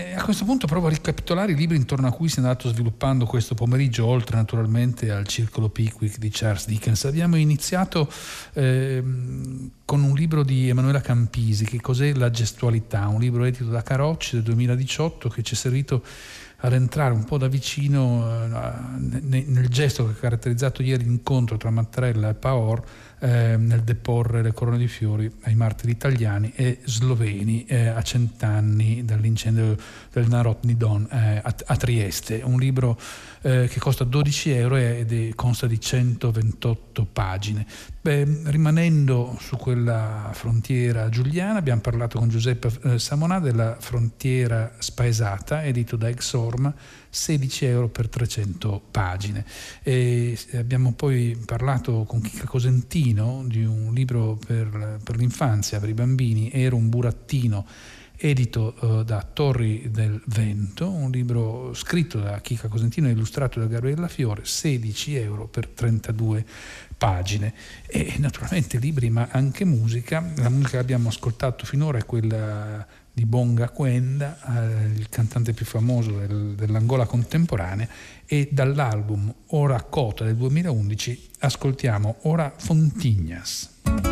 A questo punto provo a ricapitolare i libri intorno a cui si è andato sviluppando questo pomeriggio, oltre naturalmente al Circolo Pickwick di Charles Dickens. Abbiamo iniziato con un libro di Emanuela Campisi, Che cos'è la gestualità, un libro edito da Carocci del 2018 che ci è servito ad entrare un po' da vicino nel gesto che ha caratterizzato ieri l'incontro tra Mattarella e Paor nel deporre le corone di fiori ai martiri italiani e sloveni a 100 anni dall'incendio del Narodni Dom a Trieste. Un libro che costa 12 euro ed consta di 128 pagine. Rimanendo su quella frontiera giuliana, abbiamo parlato con Giuseppe Samonà della Frontiera spaesata, edito da Exorma, 16 euro per 300 pagine. E abbiamo poi parlato con Chica Cosentino di un libro per l'infanzia, per i bambini, Ero un burattino, edito da Torri del Vento, un libro scritto da Chica Cosentino e illustrato da Gabriella Fiore, 16 euro per 32 pagine. E naturalmente libri ma anche musica. La musica che abbiamo ascoltato finora è quella di Bonga Quenda, il cantante più famoso dell'Angola contemporanea, e dall'album Ora Cota del 2011 ascoltiamo Ora Fontignas.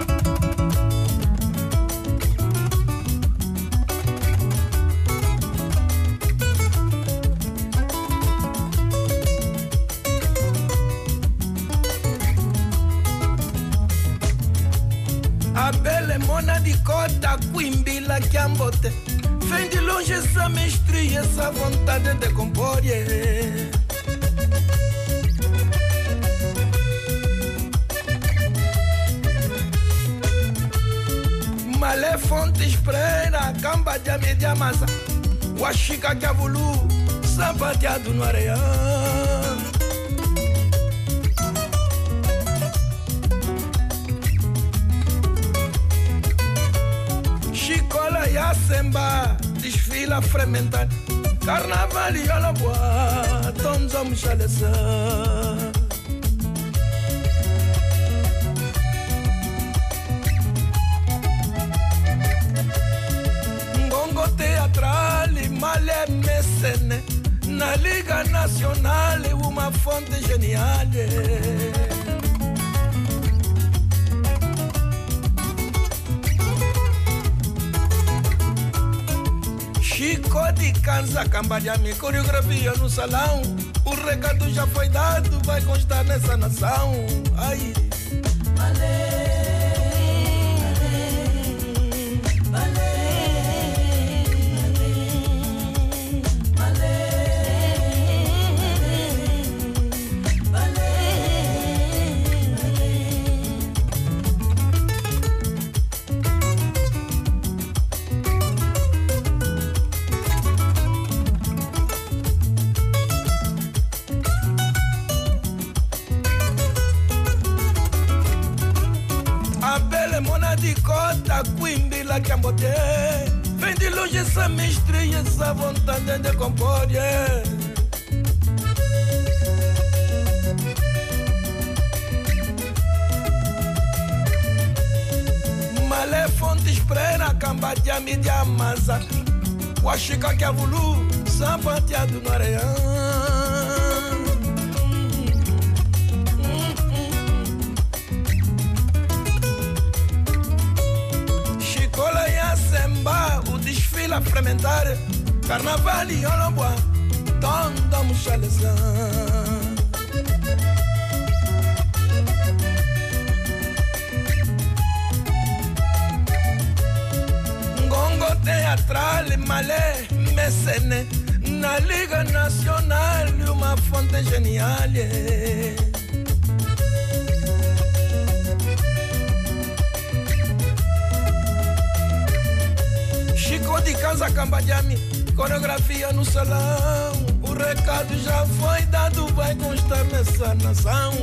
A bella mona di cota, quimbila chiambote. Vem de longe essa mestria, essa vontade de compor. Malé fonte espreira, camba de media massa. Washika que avulu, sapateado no areião. Chicola e a semba, desfila frementar. Carnaval e a boa, tonzom chalessa. Ngongo teatral, malé mecene. Na Liga Nacional, uma fonte genial. Chico de Kanza, Cambadiami, coreografia no salão. O recado já foi dado, vai constar nessa nação. Ai, de cota, quimbila chiambote. Vem de longe essa mestria, essa vontade de compor. Malé fonte espreira, camba de mídia massa. Washika que avulu, sapateado no areião. O desfile a frementar. Carnaval e Olomboa, tonda muxalezã. Ngongo teatral, malé, mecene. Na Liga Nacional, uma fonte genial. Chico de Kanza, Cambadiami, coreografia no salão. O recado já foi dado, vai constar nessa nação.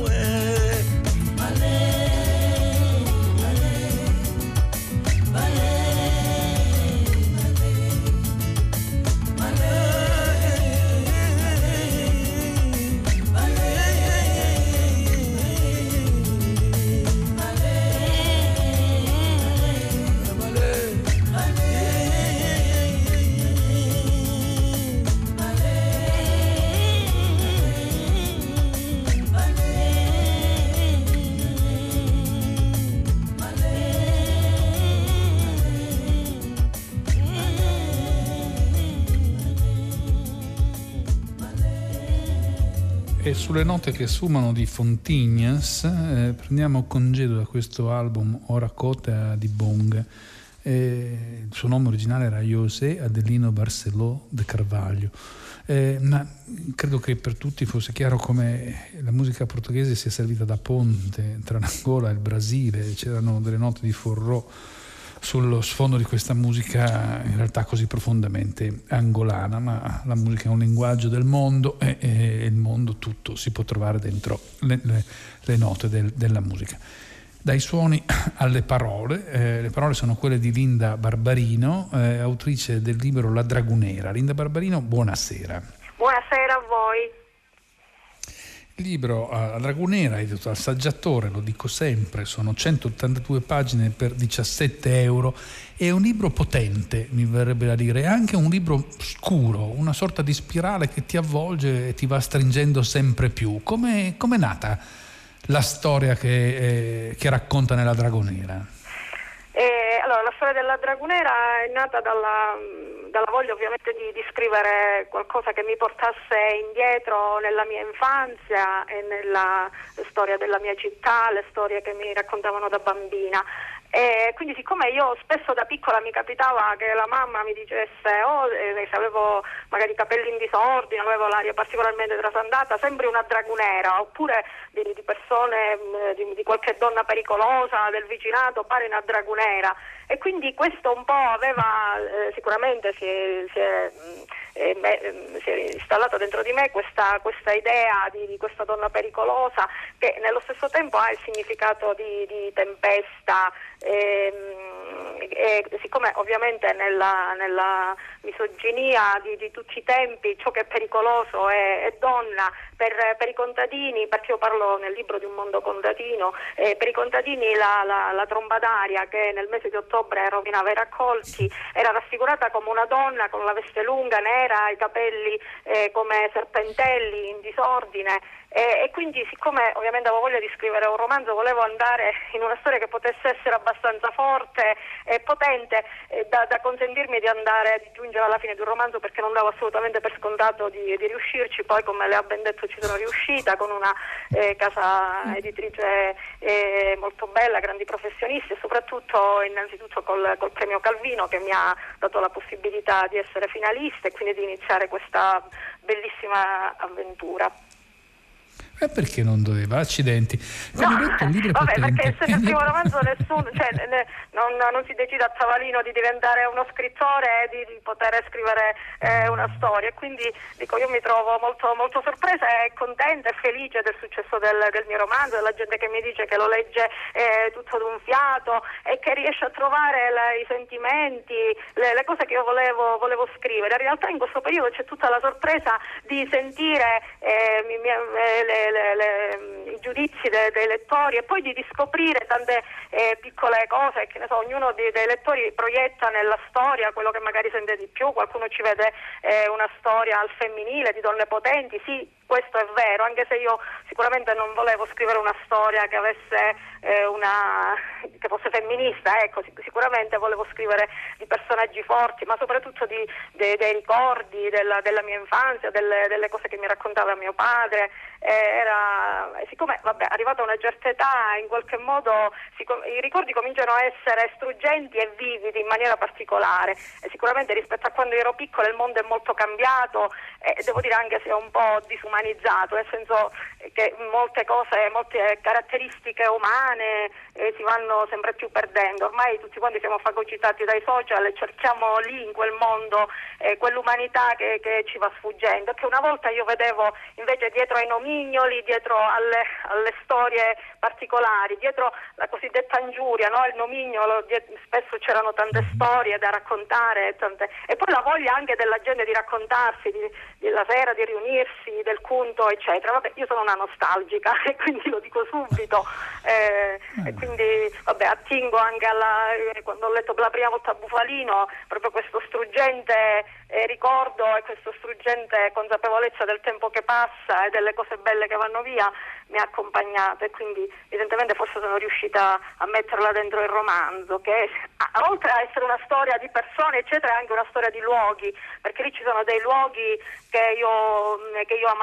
E sulle note che sfumano di Fontignas prendiamo congedo da questo album Ora Cota di Bong. Il suo nome originale era José Adelino Barceló de Carvalho. Ma credo che per tutti fosse chiaro come la musica portoghese sia servita da ponte tra l'Angola e il Brasile. C'erano delle note di Forró sullo sfondo di questa musica in realtà così profondamente angolana, ma la musica è un linguaggio del mondo e il mondo tutto si può trovare dentro le note della musica. Dai suoni alle parole, le parole sono quelle di Linda Barbarino, autrice del libro La Dragonera. Linda Barbarino, buonasera. Buonasera a voi. Il libro La Dragonera, edito dal Saggiatore, lo dico sempre, sono 182 pagine per 17 euro. È un libro potente, mi verrebbe da dire, è anche un libro scuro, una sorta di spirale che ti avvolge e ti va stringendo sempre più. Com'è nata la storia che racconta nella Dragonera? Allora, la storia della Dragonera è nata dalla voglia ovviamente di scrivere qualcosa che mi portasse indietro nella mia infanzia e nella storia della mia città, le storie che mi raccontavano da bambina. E quindi, siccome io spesso da piccola mi capitava che la mamma mi dicesse se avevo magari i capelli in disordine, avevo l'aria particolarmente trasandata, sembri una dragonera, oppure di persone, di qualche donna pericolosa del vicinato, pare una dragonera. E quindi questo un po' aveva sicuramente si è installata dentro di me questa idea di questa donna pericolosa, che nello stesso tempo ha il significato di tempesta, e siccome ovviamente nella misoginia di tutti i tempi ciò che è pericoloso è donna, per i contadini, perché io parlo nel libro di un mondo contadino, per i contadini la tromba d'aria che nel mese di ottobre rovinava i raccolti era raffigurata come una donna con la veste lunga, nera, i capelli come serpentelli in disordine. E quindi, siccome ovviamente avevo voglia di scrivere un romanzo, volevo andare in una storia che potesse essere abbastanza forte e potente da consentirmi di giungere alla fine di un romanzo, perché non davo assolutamente per scontato di riuscirci. Poi, come le ha ben detto, ci sono riuscita con una casa editrice molto bella, grandi professionisti, e soprattutto innanzitutto col premio Calvino, che mi ha dato la possibilità di essere finalista e quindi di iniziare questa bellissima avventura. E perché non doveva? Accidenti. No, vabbè, perché se nel primo romanzo nessuno, non si decide a tavolino di diventare uno scrittore e di poter scrivere una storia. Quindi dico, io mi trovo molto, molto sorpresa e contenta e felice del successo del mio romanzo, della gente che mi dice che lo legge tutto d'un fiato e che riesce a trovare i sentimenti, le cose che io volevo scrivere. In realtà in questo periodo c'è tutta la sorpresa di sentire i giudizi dei lettori e poi di riscoprire tante piccole cose che, ne so, ognuno dei lettori proietta nella storia quello che magari sente di più. Qualcuno ci vede una storia al femminile di donne potenti. Sì, questo è vero, anche se io sicuramente non volevo scrivere una storia che avesse che fosse femminista, ecco, sicuramente volevo scrivere di personaggi forti, ma soprattutto dei ricordi della mia infanzia, delle cose che mi raccontava mio padre. Siccome arrivata a una certa età, in qualche modo i ricordi cominciano a essere struggenti e vividi in maniera particolare, e sicuramente rispetto a quando ero piccola il mondo è molto cambiato, e devo dire anche se è un po' disumanizzato, nel senso che molte caratteristiche umane si vanno sempre più perdendo. Ormai tutti quanti siamo fagocitati dai social e cerchiamo lì in quel mondo quell'umanità che ci va sfuggendo, che una volta io vedevo invece dietro ai nomignoli, dietro alle storie particolari, dietro la cosiddetta ingiuria, no? Il nomignolo, spesso c'erano tante storie da raccontare, e poi la voglia anche della gente di raccontarsi, la sera di riunirsi, del conto, eccetera. Vabbè, io sono una nostalgica e quindi lo dico subito, e quindi attingo anche quando ho letto per la prima volta Bufalino, proprio questo struggente ricordo e questo struggente consapevolezza del tempo che passa e delle cose belle che vanno via mi ha accompagnato, e quindi evidentemente forse sono riuscita a metterla dentro il romanzo, che oltre a essere una storia di persone eccetera è anche una storia di luoghi, perché lì ci sono dei luoghi che io ho amato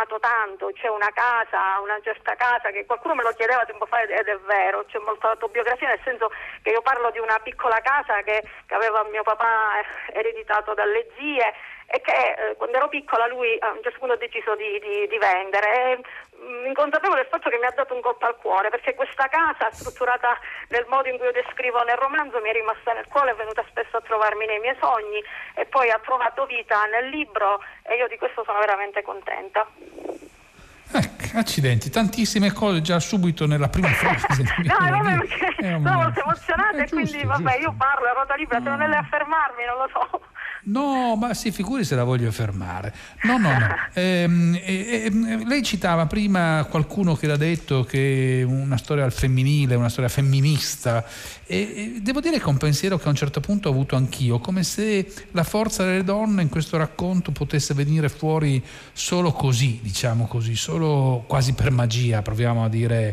amato tanto. C'è una certa casa, che qualcuno me lo chiedeva tempo fa ed è vero, c'è molta autobiografia, nel senso che io parlo di una piccola casa che aveva mio papà ereditato dalle zie, e che quando ero piccola lui a un certo punto ha deciso di vendere, inconsapevole del fatto che mi ha dato un colpo al cuore, perché questa casa, strutturata nel modo in cui io descrivo nel romanzo, mi è rimasta nel cuore, è venuta spesso a trovarmi nei miei sogni e poi ha trovato vita nel libro, e io di questo sono veramente contenta. Accidenti, tantissime cose già subito nella prima frase. No, perché sono molto emozionata, e quindi vabbè, io parlo a ruota libera, se non è lei a fermarmi non lo so. No, ma si figuri se la voglio fermare. No. Lei citava prima qualcuno che l'ha detto che una storia al femminile, una storia femminista, e devo dire che è un pensiero che a un certo punto ho avuto anch'io, come se la forza delle donne in questo racconto potesse venire fuori solo così, diciamo così, solo quasi per magia, proviamo a dire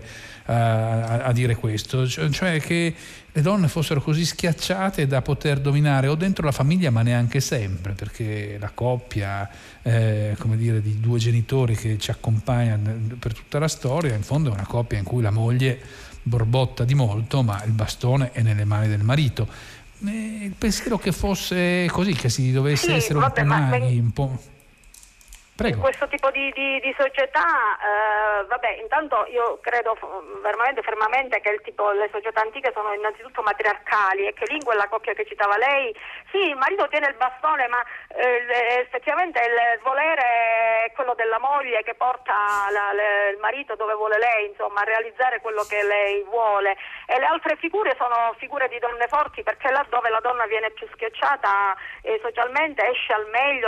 questo, cioè che le donne fossero così schiacciate da poter dominare o dentro la famiglia, ma neanche sempre, perché la coppia come dire di due genitori che ci accompagnano per tutta la storia, in fondo è una coppia in cui la moglie borbotta di molto, ma il bastone è nelle mani del marito. Il pensiero che fosse così, che si dovesse essere un po' maghi, un po'... Prego. In questo tipo di società, intanto io credo fermamente che le società antiche sono innanzitutto matriarcali, e che lì in quella coppia che citava lei, sì, il marito tiene il bastone, ma effettivamente il volere è quello della moglie, che porta il marito dove vuole lei, insomma, a realizzare quello che lei vuole. E le altre figure sono figure di donne forti, perché laddove la donna viene più schiacciata socialmente esce al meglio,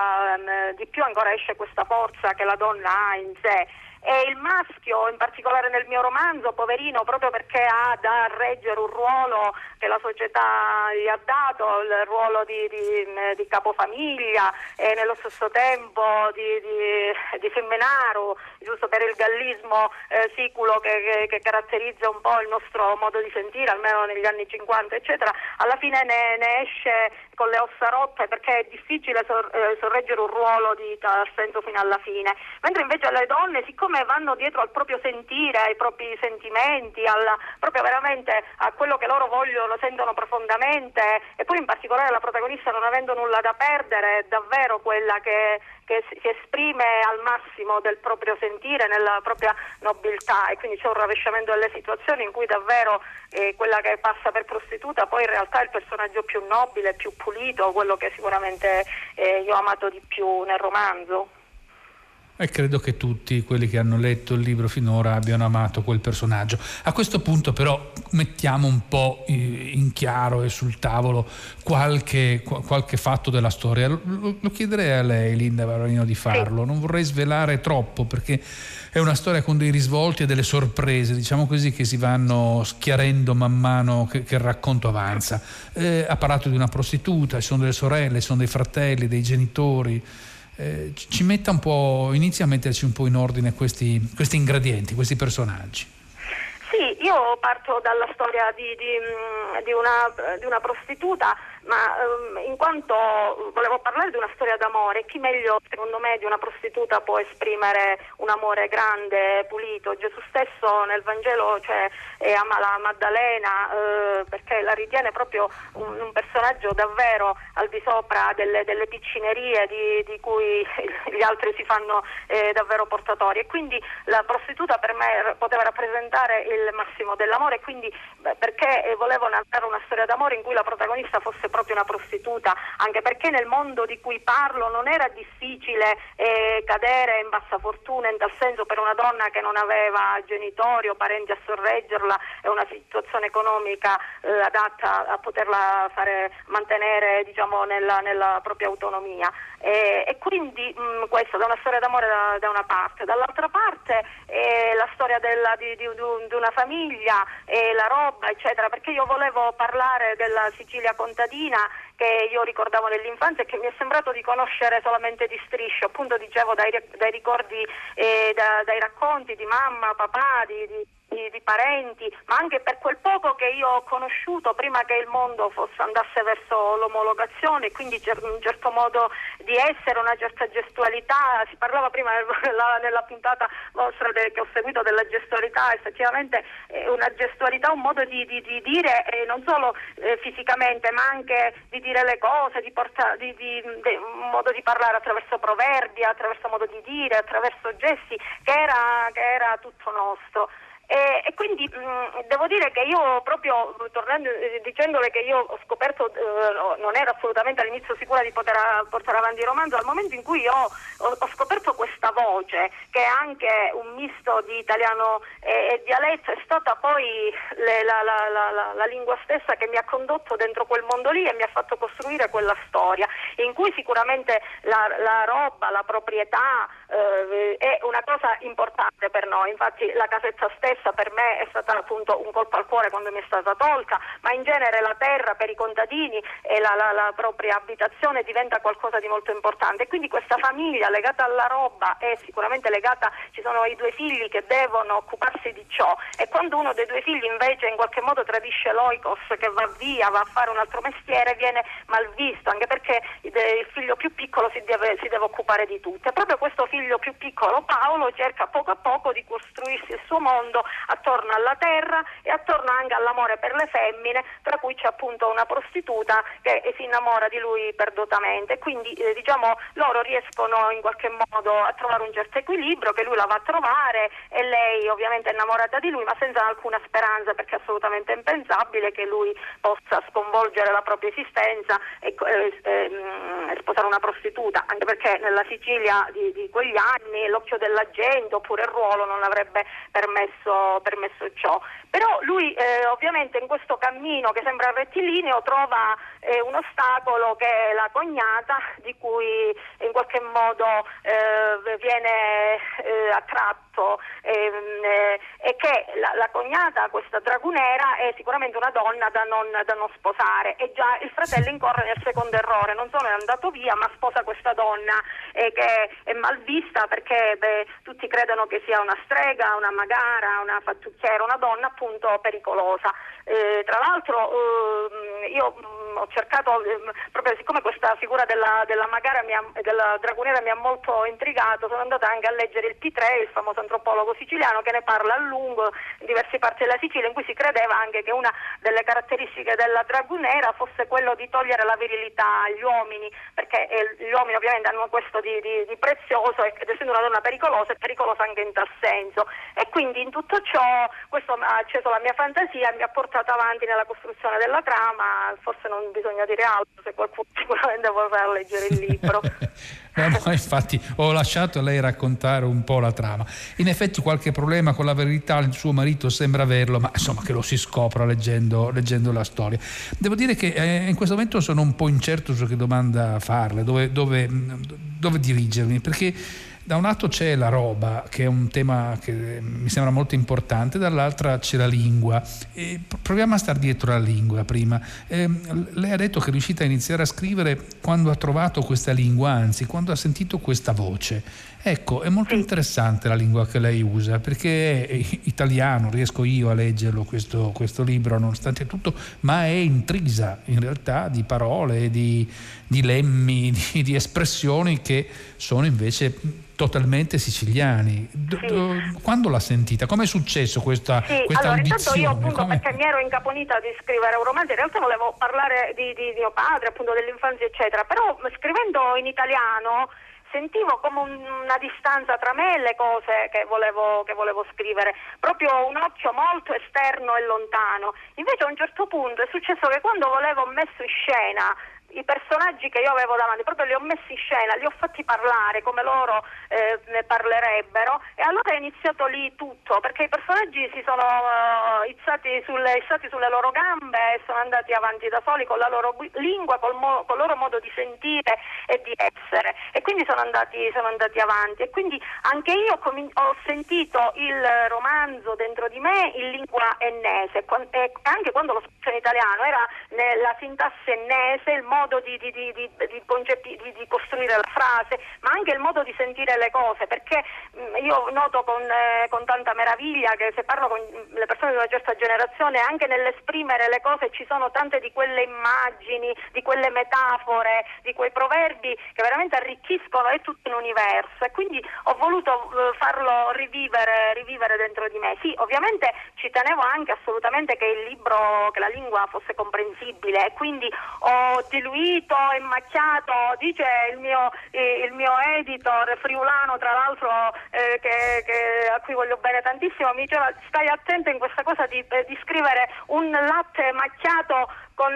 di più ancora esce questa forza che la donna ha in sé. E il maschio, in particolare nel mio romanzo, poverino, proprio perché ha da reggere un ruolo che la società gli ha dato, il ruolo di capofamiglia, e nello stesso tempo di femminaro, giusto per il gallismo siculo che caratterizza un po' il nostro modo di sentire, almeno negli anni 50, eccetera, alla fine ne esce con le ossa rotte, perché è difficile sorreggere un ruolo di tal senso fino alla fine. Mentre invece le donne, siccome vanno dietro al proprio sentire, ai propri sentimenti, proprio veramente a quello che loro vogliono, sentono profondamente, e poi in particolare la protagonista, non avendo nulla da perdere, è davvero quella che si esprime al massimo del proprio sentire, nella propria nobiltà, e quindi c'è un rovesciamento delle situazioni in cui davvero quella che passa per prostituta poi in realtà è il personaggio più nobile, più pulito, quello che sicuramente io ho amato di più nel romanzo. E credo che tutti quelli che hanno letto il libro finora abbiano amato quel personaggio. A questo punto però mettiamo un po' in chiaro e sul tavolo qualche fatto della storia. Lo chiederei a lei, Linda Varvarino, di farlo. Sì. Non vorrei svelare troppo, perché è una storia con dei risvolti e delle sorprese, diciamo così, che si vanno schiarendo man mano che il racconto avanza. Ha parlato di una prostituta, ci sono delle sorelle, ci sono dei fratelli, dei genitori. Ci metta un po', inizia a metterci un po' in ordine questi ingredienti, questi personaggi. Sì, io parto dalla storia di una prostituta, ma in quanto volevo parlare di una storia d'amore, chi meglio secondo me di una prostituta può esprimere un amore grande, pulito. Gesù stesso nel Vangelo ama la Maddalena perché la ritiene proprio un personaggio davvero al di sopra delle piccinerie di cui gli altri si fanno davvero portatori, e quindi la prostituta per me poteva rappresentare il massimo dell'amore, quindi perché volevo narrare una storia d'amore in cui la protagonista fosse proprio una prostituta, anche perché nel mondo di cui parlo non era difficile cadere in bassa fortuna, in tal senso, per una donna che non aveva genitori o parenti a sorreggerla e una situazione economica adatta a poterla fare mantenere, diciamo, nella propria autonomia. E quindi questa è una storia d'amore da una parte, dall'altra parte la storia di una famiglia e la roba, eccetera, perché io volevo parlare della Sicilia contadina che io ricordavo nell'infanzia e che mi è sembrato di conoscere solamente di striscio, appunto dicevo dai ricordi, dai racconti di mamma, papà, di di parenti, ma anche per quel poco che io ho conosciuto prima che il mondo andasse verso l'omologazione, quindi un certo modo di essere, una certa gestualità. Si parlava prima nella puntata vostra che ho seguito della gestualità, effettivamente una gestualità, un modo di dire non solo fisicamente, ma anche di dire le cose, un modo di parlare attraverso proverbi, attraverso modo di dire, attraverso gesti, che era tutto nostro. E quindi devo dire che io, proprio tornando dicendole che io ho scoperto, non ero assolutamente all'inizio sicura di poter portare avanti il romanzo, al momento in cui io ho scoperto questa voce, che è anche un misto di italiano e dialetto, è stata poi la lingua stessa che mi ha condotto dentro quel mondo lì e mi ha fatto costruire quella storia, in cui sicuramente la roba, la proprietà è una cosa importante per noi. Infatti la casetta stessa per me è stata appunto un colpo al cuore quando mi è stata tolta, ma in genere la terra per i contadini e la propria abitazione diventa qualcosa di molto importante. Quindi questa famiglia legata alla roba è sicuramente legata, ci sono i due figli che devono occuparsi di ciò, e quando uno dei due figli invece in qualche modo tradisce l'oikos, che va via, va a fare un altro mestiere, viene mal visto, anche perché il figlio più piccolo si deve occupare di tutto. E proprio questo figlio più piccolo, Paolo, cerca poco a poco di costruirsi il suo mondo attorno alla terra e attorno anche all'amore per le femmine, tra cui c'è appunto una prostituta che si innamora di lui perdutamente. Quindi diciamo loro riescono in qualche modo a trovare un certo equilibrio, che lui la va a trovare e lei ovviamente è innamorata di lui, ma senza alcuna speranza, perché è assolutamente impensabile che lui possa sconvolgere la propria esistenza e sposare una prostituta, anche perché nella Sicilia di quegli anni l'occhio della gente oppure il ruolo non avrebbe permesso ciò. Però lui ovviamente in questo cammino che sembra rettilineo trova un ostacolo, che è la cognata, di cui in qualche modo viene attratto, e che la cognata, questa dragunera, è sicuramente una donna da non sposare, e già il fratello incorre nel secondo errore, non solo è andato via ma sposa questa donna che è mal vista perché tutti credono che sia una strega, una magara, una fattucchiera, una donna appunto pericolosa. Tra l'altro io ho cercato, proprio siccome questa figura della magara della dragonera mi ha molto intrigato, sono andata anche a leggere il P3, il famoso antropologo siciliano, che ne parla a lungo in diverse parti della Sicilia, in cui si credeva anche che una delle caratteristiche della dragonera fosse quello di togliere la virilità agli uomini, perché gli uomini ovviamente hanno questo di prezioso, ed essendo una donna pericolosa, è pericolosa anche in tal senso. E quindi in tutto ciò questo ha acceso la mia fantasia e mi ha portato avanti nella costruzione della trama. Forse non bisogna dire altro, se qualcuno sicuramente vorrà leggere il libro. No, infatti ho lasciato a lei raccontare un po' la trama. In effetti qualche problema con la verità il suo marito sembra averlo, ma insomma che lo si scopra leggendo la storia. Devo dire che in questo momento sono un po' incerto su che domanda farle, dove dirigermi, perché da un lato c'è la roba, che è un tema che mi sembra molto importante, dall'altra c'è la lingua. E proviamo a star dietro la lingua prima. Lei ha detto che è riuscita a iniziare a scrivere quando ha trovato questa lingua, anzi quando ha sentito questa voce. Ecco, è molto interessante la lingua che lei usa, perché è italiano, riesco io a leggerlo questo libro nonostante tutto, ma è intrisa in realtà di parole, di lemmi, di espressioni che sono invece totalmente siciliani. Quando l'ha sentita? Come è successo questa allora, audizione? Intanto io appunto perché mi ero incaponita di scrivere un romanzo, in realtà volevo parlare di mio padre, appunto dell'infanzia eccetera, però scrivendo in italiano sentivo come una distanza tra me e le cose che volevo scrivere, proprio un occhio molto esterno e lontano. Invece a un certo punto è successo che quando ho messo in scena i personaggi che io avevo davanti, proprio li ho messi in scena, li ho fatti parlare come loro ne parlerebbero, e allora è iniziato lì tutto, perché i personaggi si sono izzati sulle loro gambe e sono andati avanti da soli con la loro lingua, col loro modo di sentire e di essere, e quindi sono andati avanti, e quindi anche io ho sentito il romanzo dentro di me in lingua ennese, e anche quando lo scritto in italiano era nella sintassi ennese, il modo modo di costruire la frase, ma anche il modo di sentire le cose, perché io noto con tanta meraviglia che se parlo con le persone di una certa generazione, anche nell'esprimere le cose ci sono tante di quelle immagini, di quelle metafore, di quei proverbi che veramente arricchiscono tutto un universo, e quindi ho voluto farlo rivivere dentro di me. Sì, ovviamente ci tenevo anche assolutamente che il libro, che la lingua fosse comprensibile, e quindi ho diluito e macchiato, dice il mio editor friulano, tra l'altro, a cui voglio bene tantissimo, mi diceva: stai attento in questa cosa di scrivere un latte macchiato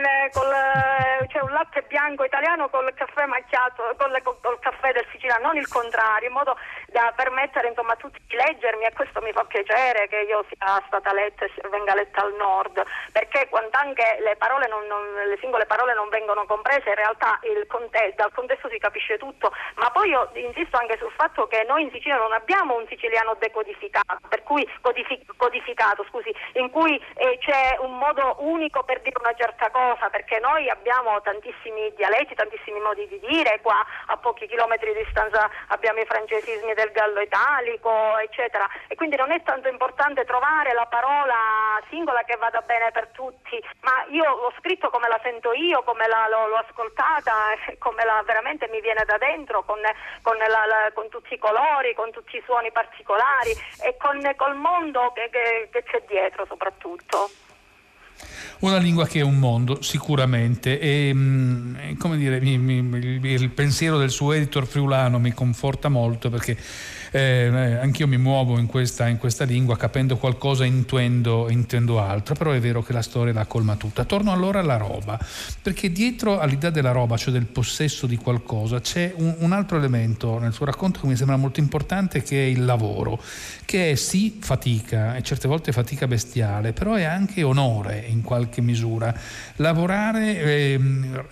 cioè un latte bianco italiano col caffè macchiato, col caffè del siciliano, non il contrario, in modo da permettere insomma a tutti di leggermi, e questo mi fa piacere che io sia stata letta e venga letta al nord, perché quando anche le parole le singole parole non vengono comprese, in realtà dal contesto si capisce tutto. Ma poi io insisto anche sul fatto che noi in Sicilia non abbiamo un siciliano decodificato, per cui codificato, in cui c'è un modo unico per dire una certa cosa, perché noi abbiamo tantissimi dialetti, tantissimi modi di dire. Qua a pochi chilometri di distanza abbiamo i francesismi del gallo italico, eccetera, e quindi non è tanto importante trovare la parola singola che vada bene per tutti, ma io l'ho scritto come la sento io, come l'ho ascoltata, come veramente mi viene da dentro, con tutti i colori, con tutti i suoni particolari, e col mondo che c'è dietro soprattutto. Una lingua che è un mondo, sicuramente, e come dire, il pensiero del suo editor friulano mi conforta molto, perché anch'io mi muovo in questa lingua, capendo qualcosa intuendo altro, però è vero che la storia la colma tutta. Torno allora alla roba, perché dietro all'idea della roba, cioè del possesso di qualcosa, c'è un altro elemento nel suo racconto che mi sembra molto importante, che è il lavoro, che è sì fatica, e certe volte fatica bestiale, però è anche onore in qualche misura. Lavorare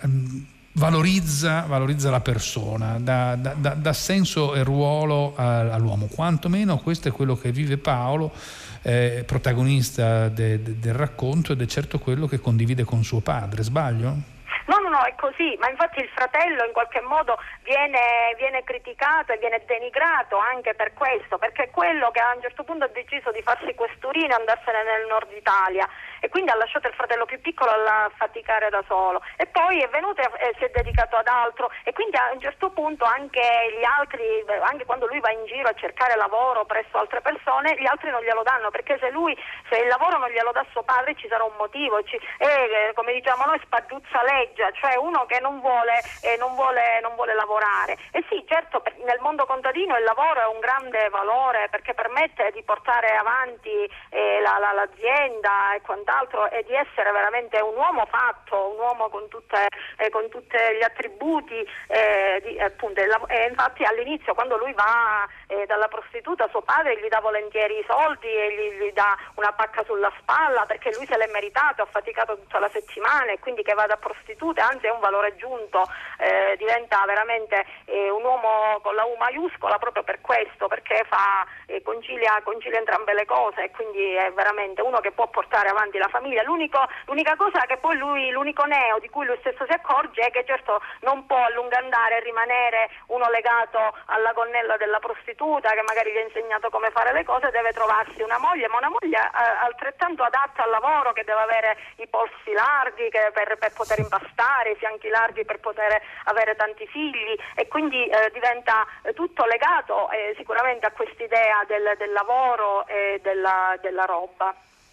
valorizza la persona, dà senso e ruolo all'uomo. Quantomeno questo è quello che vive Paolo, protagonista del racconto, ed è certo quello che condivide con suo padre. Sbaglio? No, è così, ma infatti il fratello in qualche modo viene criticato e viene denigrato anche per questo, perché è quello che a un certo punto ha deciso di farsi questurino e andarsene nel nord Italia, e quindi ha lasciato il fratello più piccolo a faticare da solo, e poi è venuto e si è dedicato ad altro, e quindi a un certo punto anche gli altri, anche quando lui va in giro a cercare lavoro presso altre persone, gli altri non glielo danno, perché se il lavoro non glielo dà suo padre ci sarà un motivo, come diciamo noi, spaduzza leggia, cioè uno che non vuole lavorare. E sì, certo, nel mondo contadino il lavoro è un grande valore, perché permette di portare avanti l'azienda e quant'altro, e di essere veramente un uomo fatto, un uomo con tutti gli attributi, appunto. E infatti all'inizio, quando lui va dalla prostituta, suo padre gli dà volentieri i soldi e gli dà una pacca sulla spalla, perché lui se l'è meritato, ha faticato tutta la settimana, e quindi che vada a prostitute anzi è un valore aggiunto, diventa veramente un uomo con la U maiuscola, proprio per questo, perché concilia entrambe le cose, e quindi è veramente uno che può portare avanti la famiglia. L'unica cosa che poi l'unico neo di cui lui stesso si accorge è che certo non può a lungo andare e rimanere uno legato alla gonnella della prostituta, che magari gli ha insegnato come fare le cose, deve trovarsi una moglie, ma una moglie altrettanto adatta al lavoro, che deve avere i polsi larghi per poter impastare, i fianchi larghi per poter avere tanti figli, e quindi diventa tutto legato sicuramente a quest'idea del lavoro e della roba.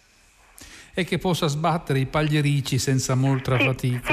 E che possa sbattere i paglierici senza molta fatica.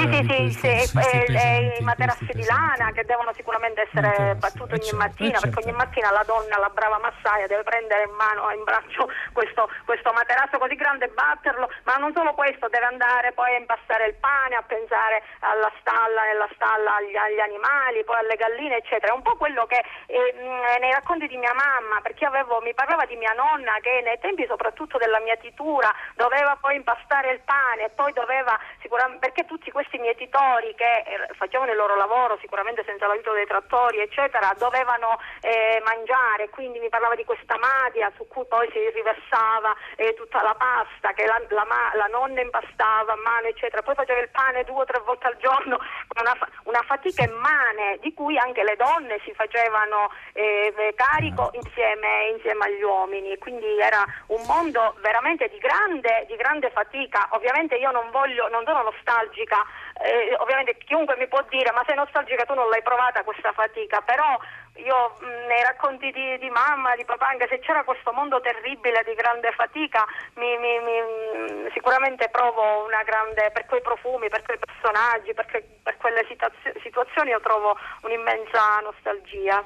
I materassi di lana che devono sicuramente essere battuti ogni mattina, perché ogni mattina la donna, la brava massaia, deve prendere in braccio questo materasso così grande e batterlo, ma non solo questo, deve andare poi a impastare il pane, a pensare nella stalla agli animali, poi alle galline, eccetera. È un po' quello che nei racconti di mia mamma, perché mi parlava di mia nonna che nei tempi soprattutto della mietitura doveva poi poi impastare il pane, e poi doveva sicuramente, perché tutti questi mietitori che facevano il loro lavoro sicuramente senza l'aiuto dei trattori eccetera, dovevano mangiare, quindi mi parlava di questa madia su cui poi si riversava tutta la pasta che la nonna impastava a mano eccetera, poi faceva il pane 2 o 3 volte al giorno, una fatica immane di cui anche le donne si facevano carico insieme agli uomini, quindi era un mondo veramente di grande fatica. Ovviamente io non sono nostalgica, ovviamente chiunque mi può dire ma sei nostalgica, tu non l'hai provata questa fatica, però io nei racconti di mamma, di papà, anche se c'era questo mondo terribile di grande fatica, sicuramente provo una grande, per quei profumi, per quei personaggi, per quelle situazioni io trovo un'immensa nostalgia.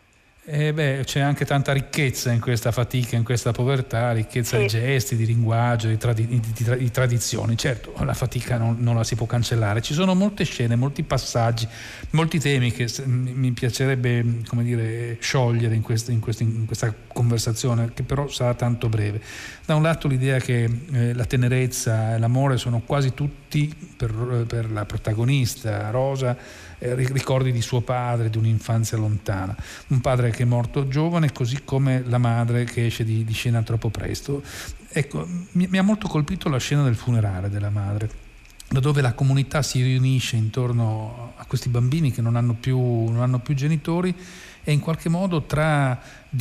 C'è anche tanta ricchezza in questa fatica, in questa povertà, ricchezza di gesti, di linguaggio, di tradizioni. Certo, la fatica non la si può cancellare. Ci sono molte scene, molti passaggi, molti temi che mi piacerebbe, come dire, sciogliere in questa conversazione, che però sarà tanto breve. Da un lato l'idea che la tenerezza e l'amore sono quasi tutti per la protagonista Rosa, ricordi di suo padre, di un'infanzia lontana, un padre che è morto giovane, così come la madre che esce di scena troppo presto. Ecco, mi ha molto colpito la scena del funerale della madre, dove la comunità si riunisce intorno a questi bambini che non hanno più genitori, e in qualche modo tra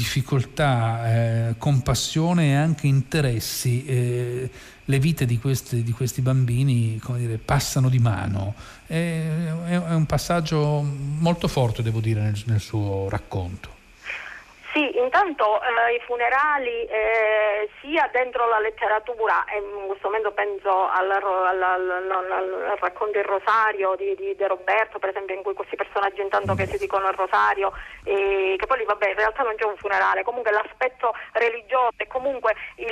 difficoltà, compassione e anche interessi le vite di questi bambini, come dire, passano di mano. È un passaggio molto forte, devo dire, nel suo racconto. Sì, intanto i funerali sia dentro la letteratura, e in questo momento penso al racconto Il Rosario di De Roberto, per esempio, in cui questi personaggi intanto che si dicono il Rosario, che poi vabbè, in realtà non c'è un funerale, comunque l'aspetto religioso e comunque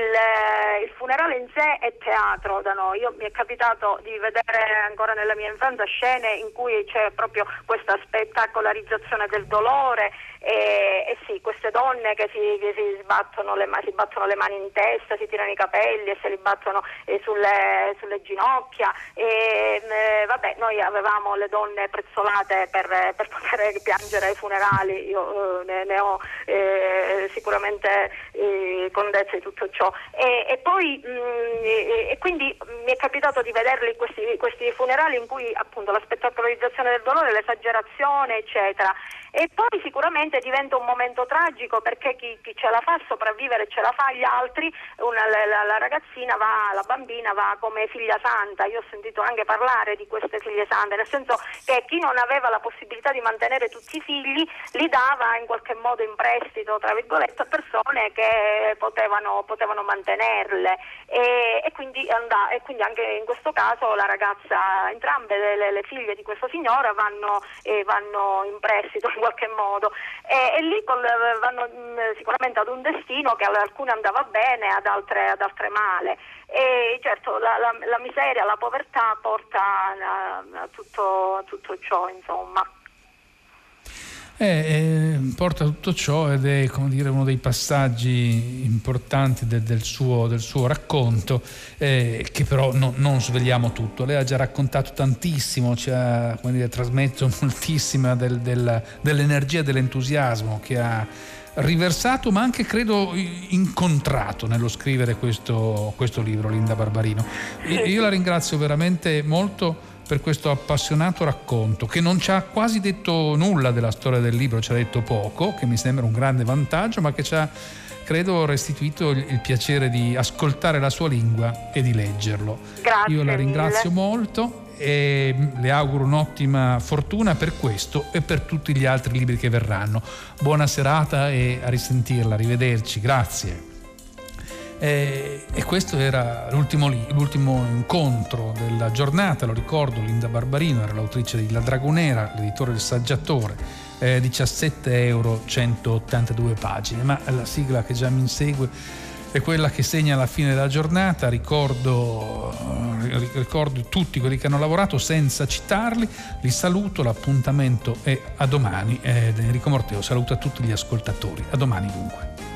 il funerale in sé è teatro da noi. Io mi è capitato di vedere ancora nella mia infanzia scene in cui c'è proprio questa spettacolarizzazione del dolore, e sì, queste donne che si battono le mani in testa, si tirano i capelli e se li battono sulle ginocchia, e vabbè, noi avevamo le donne prezzolate per poter piangere ai funerali. Io ne ho sicuramente contezza di tutto ciò, e poi e quindi mi è capitato di vederli questi funerali in cui appunto la spettacolarizzazione del dolore, l'esagerazione eccetera. E poi sicuramente diventa un momento tragico, perché chi ce la fa sopravvivere ce la fa, gli altri, la ragazzina la bambina va come figlia santa. Io ho sentito anche parlare di queste figlie sante, nel senso che chi non aveva la possibilità di mantenere tutti i figli li dava in qualche modo in prestito, tra virgolette, a persone che potevano mantenerle, e quindi anche in questo caso la ragazza, entrambe le figlie di questa signora vanno in prestito in qualche modo, e lì vanno sicuramente ad un destino che ad alcune andava bene, ad altre male, e certo la miseria, la povertà porta a tutto ciò, insomma. Porta tutto ciò, ed è, come dire, uno dei passaggi importanti del suo racconto, che però non sveliamo tutto. Lei ha già raccontato tantissimo, ci ha, come dire, trasmesso moltissima dell'energia, dell'entusiasmo che ha riversato, ma anche credo incontrato nello scrivere questo libro, Linda Barbarino. Io la ringrazio veramente molto per questo appassionato racconto, che non ci ha quasi detto nulla della storia del libro, ci ha detto poco, che mi sembra un grande vantaggio, ma che ci ha, credo, restituito il piacere di ascoltare la sua lingua e di leggerlo. Grazie. Io la ringrazio molto e le auguro un'ottima fortuna per questo e per tutti gli altri libri che verranno. Buona serata e a risentirla, arrivederci, grazie. E questo era l'ultimo incontro della giornata, lo ricordo. Linda Barbarino era l'autrice di La Dragonera, l'editore del Saggiatore, 17 euro, 182 pagine, ma la sigla che già mi insegue è quella che segna la fine della giornata. Ricordo tutti quelli che hanno lavorato senza citarli, li saluto, l'appuntamento è a domani. Enrico Morteo saluta tutti gli ascoltatori, a domani dunque.